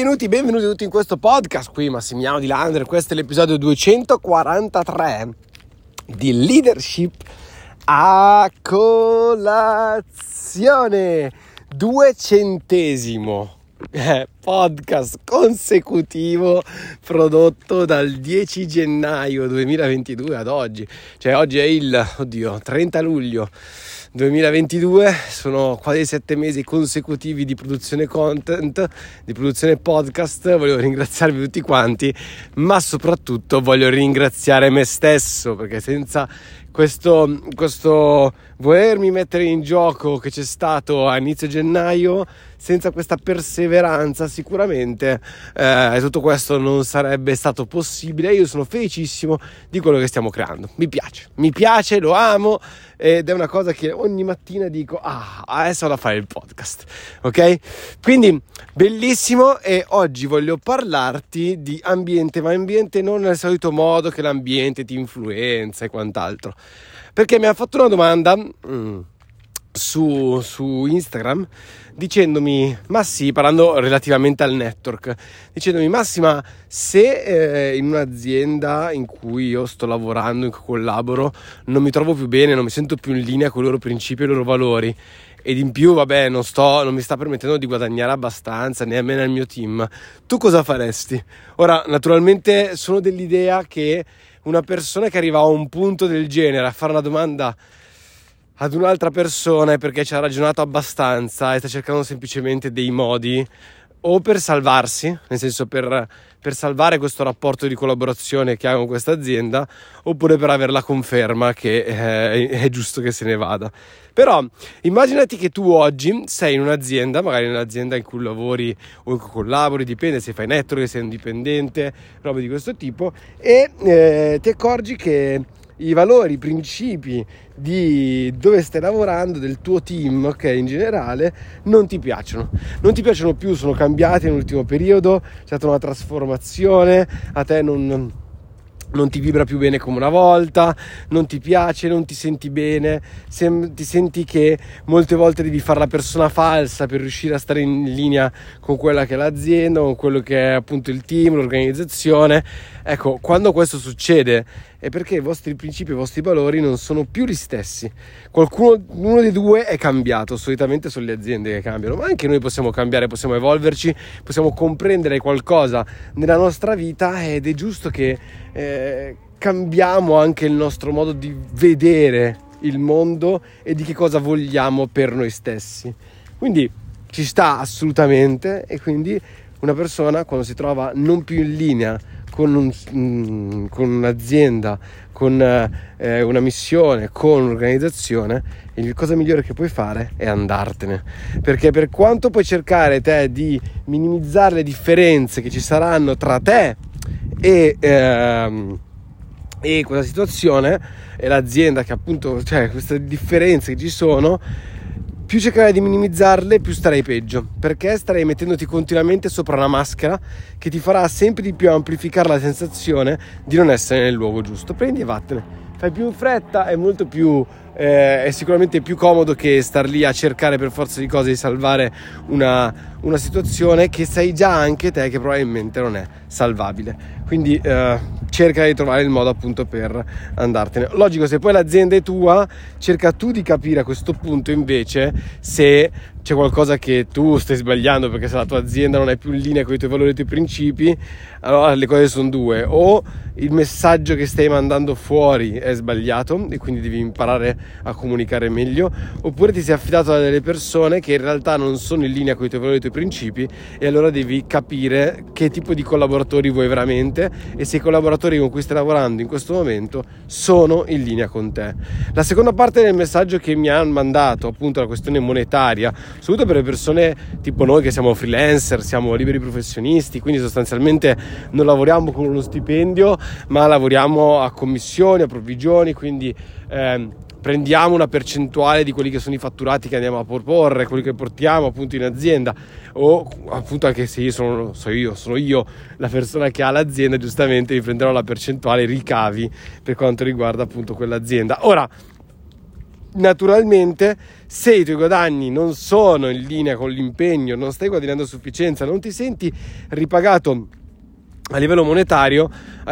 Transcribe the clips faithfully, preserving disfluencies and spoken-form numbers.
Benvenuti, benvenuti tutti in questo podcast. Qui Massimiliano Di Landre, questo è l'episodio duecentoquarantatré di Leadership a colazione, duecentesimo eh, podcast consecutivo prodotto dal dieci gennaio duemilaventidue ad oggi. Cioè oggi è il, oddio, trenta luglio duemilaventidue, sono quasi sette mesi consecutivi di produzione content, di produzione podcast. Volevo ringraziarvi tutti quanti, ma soprattutto voglio ringraziare me stesso, perché senza questo, questo volermi mettere in gioco che c'è stato a inizio gennaio, senza questa perseveranza sicuramente eh, tutto questo non sarebbe stato possibile. Io sono felicissimo di quello che stiamo creando, mi piace, mi piace, lo amo, ed è una cosa che ogni mattina dico: ah, adesso ho da fare il podcast, ok? Quindi bellissimo. E oggi voglio parlarti di ambiente, ma ambiente non nel solito modo che l'ambiente ti influenza e quant'altro, perché mi ha fatto una domanda mm, su, su Instagram dicendomi: ma sì, parlando relativamente al network, dicendomi: Massima, se eh, in un'azienda in cui io sto lavorando, in cui collaboro, non mi trovo più bene, non mi sento più in linea con i loro principi e i loro valori, ed in più, vabbè, non sto, non mi sta permettendo di guadagnare abbastanza, né a me né al mio team, tu cosa faresti? Ora, naturalmente sono dell'idea che una persona che arriva a un punto del genere, a fare una domanda ad un'altra persona, è perché ci ha ragionato abbastanza e sta cercando semplicemente dei modi o per salvarsi, nel senso per, per salvare questo rapporto di collaborazione che ha con questa azienda, oppure per avere la conferma che eh, è giusto che se ne vada. Però immaginati che tu oggi sei in un'azienda, magari in un'azienda in cui lavori o in cui collabori, dipende se fai network, se sei un dipendente, roba di questo tipo, e eh, ti accorgi che i valori, i principi di dove stai lavorando, del tuo team, ok, in generale, non ti piacciono. Non ti piacciono più, sono cambiati nell'ultimo periodo, c'è stata una trasformazione, a te non, non, non ti vibra più bene come una volta, non ti piace, non ti senti bene, sem- ti senti che molte volte devi fare la persona falsa per riuscire a stare in linea con quella che è l'azienda, con quello che è appunto il team, l'organizzazione. Ecco, quando questo succede è perché i vostri principi, i vostri valori non sono più gli stessi. Qualcuno, uno dei due è cambiato. Solitamente sono le aziende che cambiano, ma anche noi possiamo cambiare, possiamo evolverci, possiamo comprendere qualcosa nella nostra vita, ed è giusto che eh, cambiamo anche il nostro modo di vedere il mondo e di che cosa vogliamo per noi stessi. Quindi ci sta assolutamente, e quindi una persona, quando si trova non più in linea con, un, mm, con un'azienda, con eh, una missione, con un'organizzazione, la cosa migliore che puoi fare è andartene, perché per quanto puoi cercare te di minimizzare le differenze che ci saranno tra te e ehm, e quella situazione e l'azienda, che appunto, cioè queste differenze che ci sono, più cercherai di minimizzarle, più starai peggio, perché starai mettendoti continuamente sopra una maschera che ti farà sempre di più amplificare la sensazione di non essere nel luogo giusto. Prendi e vattene, fai più in fretta, è molto più eh, è sicuramente più comodo che star lì a cercare per forza di cose di salvare una, una situazione che sai già anche te che probabilmente non è salvabile. Quindi eh, cerca di trovare il modo appunto per andartene. Logico, se poi l'azienda è tua, cerca tu di capire a questo punto invece se c'è qualcosa che tu stai sbagliando, perché se la tua azienda non è più in linea con i tuoi valori e i tuoi principi, allora le cose sono due: o il messaggio che stai mandando fuori è sbagliato e quindi devi imparare a comunicare meglio, oppure ti sei affidato a delle persone che in realtà non sono in linea con i tuoi valori e i tuoi principi, e allora devi capire che tipo di collaboratori vuoi veramente e se i collaboratori con cui stai lavorando in questo momento sono in linea con te. La seconda parte del messaggio che mi hanno mandato, appunto la questione monetaria, soprattutto per le persone tipo noi che siamo freelancer, siamo liberi professionisti, quindi sostanzialmente non lavoriamo con uno stipendio, ma lavoriamo a commissioni, a provvigioni, quindi ehm, prendiamo una percentuale di quelli che sono i fatturati che andiamo a proporre, quelli che portiamo appunto in azienda, o appunto anche se io sono, so io, sono io la persona che ha l'azienda, giustamente mi prenderò la percentuale ricavi per quanto riguarda appunto quell'azienda. Ora, naturalmente, se i tuoi guadagni non sono in linea con l'impegno, non stai guadagnando a sufficienza, non ti senti ripagato a livello monetario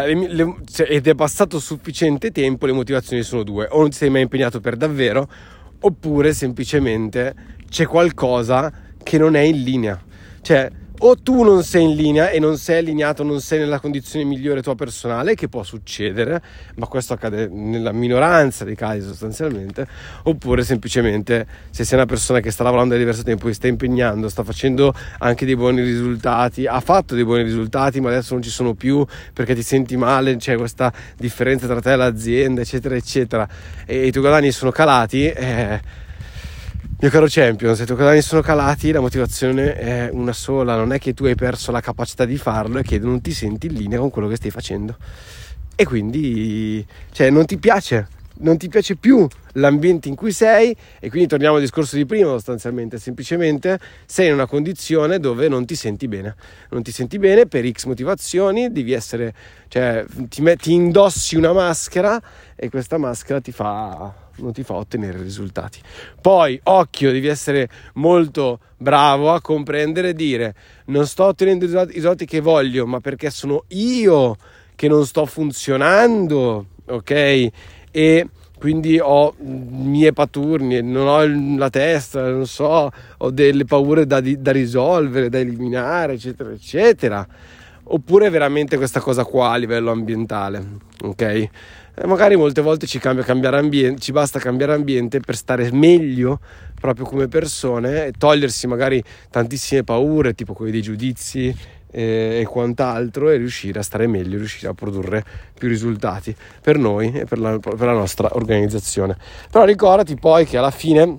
ed è passato sufficiente tempo, le motivazioni sono due: o non ti sei mai impegnato per davvero, oppure semplicemente c'è qualcosa che non è in linea. Cioè, o tu non sei in linea e non sei allineato, non sei nella condizione migliore tua personale, che può succedere, ma questo accade nella minoranza dei casi sostanzialmente, oppure semplicemente se sei una persona che sta lavorando da diverso tempo, che sta impegnando, sta facendo anche dei buoni risultati, ha fatto dei buoni risultati ma adesso non ci sono più perché ti senti male, c'è questa differenza tra te e l'azienda, eccetera eccetera, e i tuoi guadagni sono calati, eh, mio caro champion, se i tuoi guadagni sono calati, la motivazione è una sola: non è che tu hai perso la capacità di farlo, è che non ti senti in linea con quello che stai facendo, e quindi cioè non ti piace non ti piace più l'ambiente in cui sei, e quindi torniamo al discorso di prima, sostanzialmente semplicemente sei in una condizione dove non ti senti bene non ti senti bene per X motivazioni, devi essere, cioè ti, metti, indossi una maschera e questa maschera ti fa non ti fa ottenere risultati. Poi occhio, devi essere molto bravo a comprendere e dire: non sto ottenendo i risultati che voglio, ma perché sono io che non sto funzionando, ok? E quindi ho mie paturnie, non ho la testa, non so, ho delle paure da, da risolvere, da eliminare, eccetera eccetera. Oppure veramente questa cosa qua a livello ambientale, ok? E magari molte volte ci cambia cambiare ambiente, ci basta cambiare ambiente per stare meglio proprio come persone e togliersi magari tantissime paure, tipo quelle dei giudizi e, e quant'altro, e riuscire a stare meglio, riuscire a produrre più risultati per noi e per la, per la nostra organizzazione. Però ricordati poi che alla fine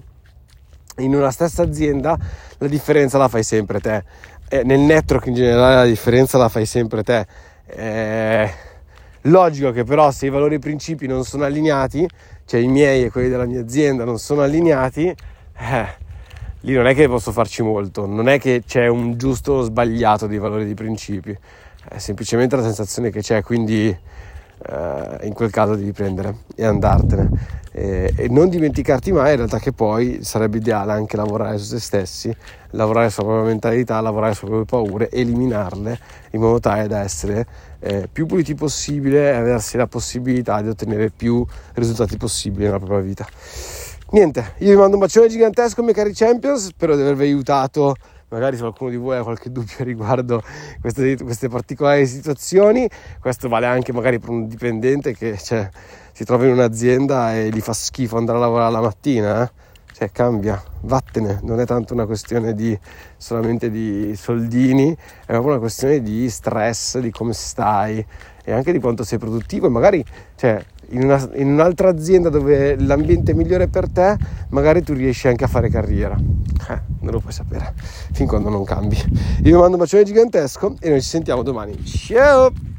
in una stessa azienda la differenza la fai sempre te, e nel network in generale la differenza la fai sempre te. Eh, logico che però se i valori e i principi non sono allineati, cioè i miei e quelli della mia azienda non sono allineati, eh, lì non è che posso farci molto, non è che c'è un giusto o sbagliato dei valori e dei principi, è semplicemente la sensazione che c'è, quindi eh, in quel caso devi prendere e andartene. E, e non dimenticarti mai in realtà che poi sarebbe ideale anche lavorare su se stessi, lavorare sulla propria mentalità, lavorare sulle proprie paure, eliminarle in modo tale da essere eh, più puliti possibile e aversi la possibilità di ottenere più risultati possibili nella propria vita. Niente, io vi mando un bacione gigantesco, miei cari champions, spero di avervi aiutato. Magari se qualcuno di voi ha qualche dubbio riguardo queste, queste particolari situazioni, questo vale anche magari per un dipendente che cioè, si trova in un'azienda e gli fa schifo andare a lavorare la mattina, eh? Cioè cambia, vattene, non è tanto una questione di solamente di soldini, è proprio una questione di stress, di come stai e anche di quanto sei produttivo, e magari cioè, in, una, in un'altra azienda dove l'ambiente è migliore per te, magari tu riesci anche a fare carriera. Eh, non lo puoi sapere fin quando non cambi. Io vi mando un bacione gigantesco e noi ci sentiamo domani. Ciao!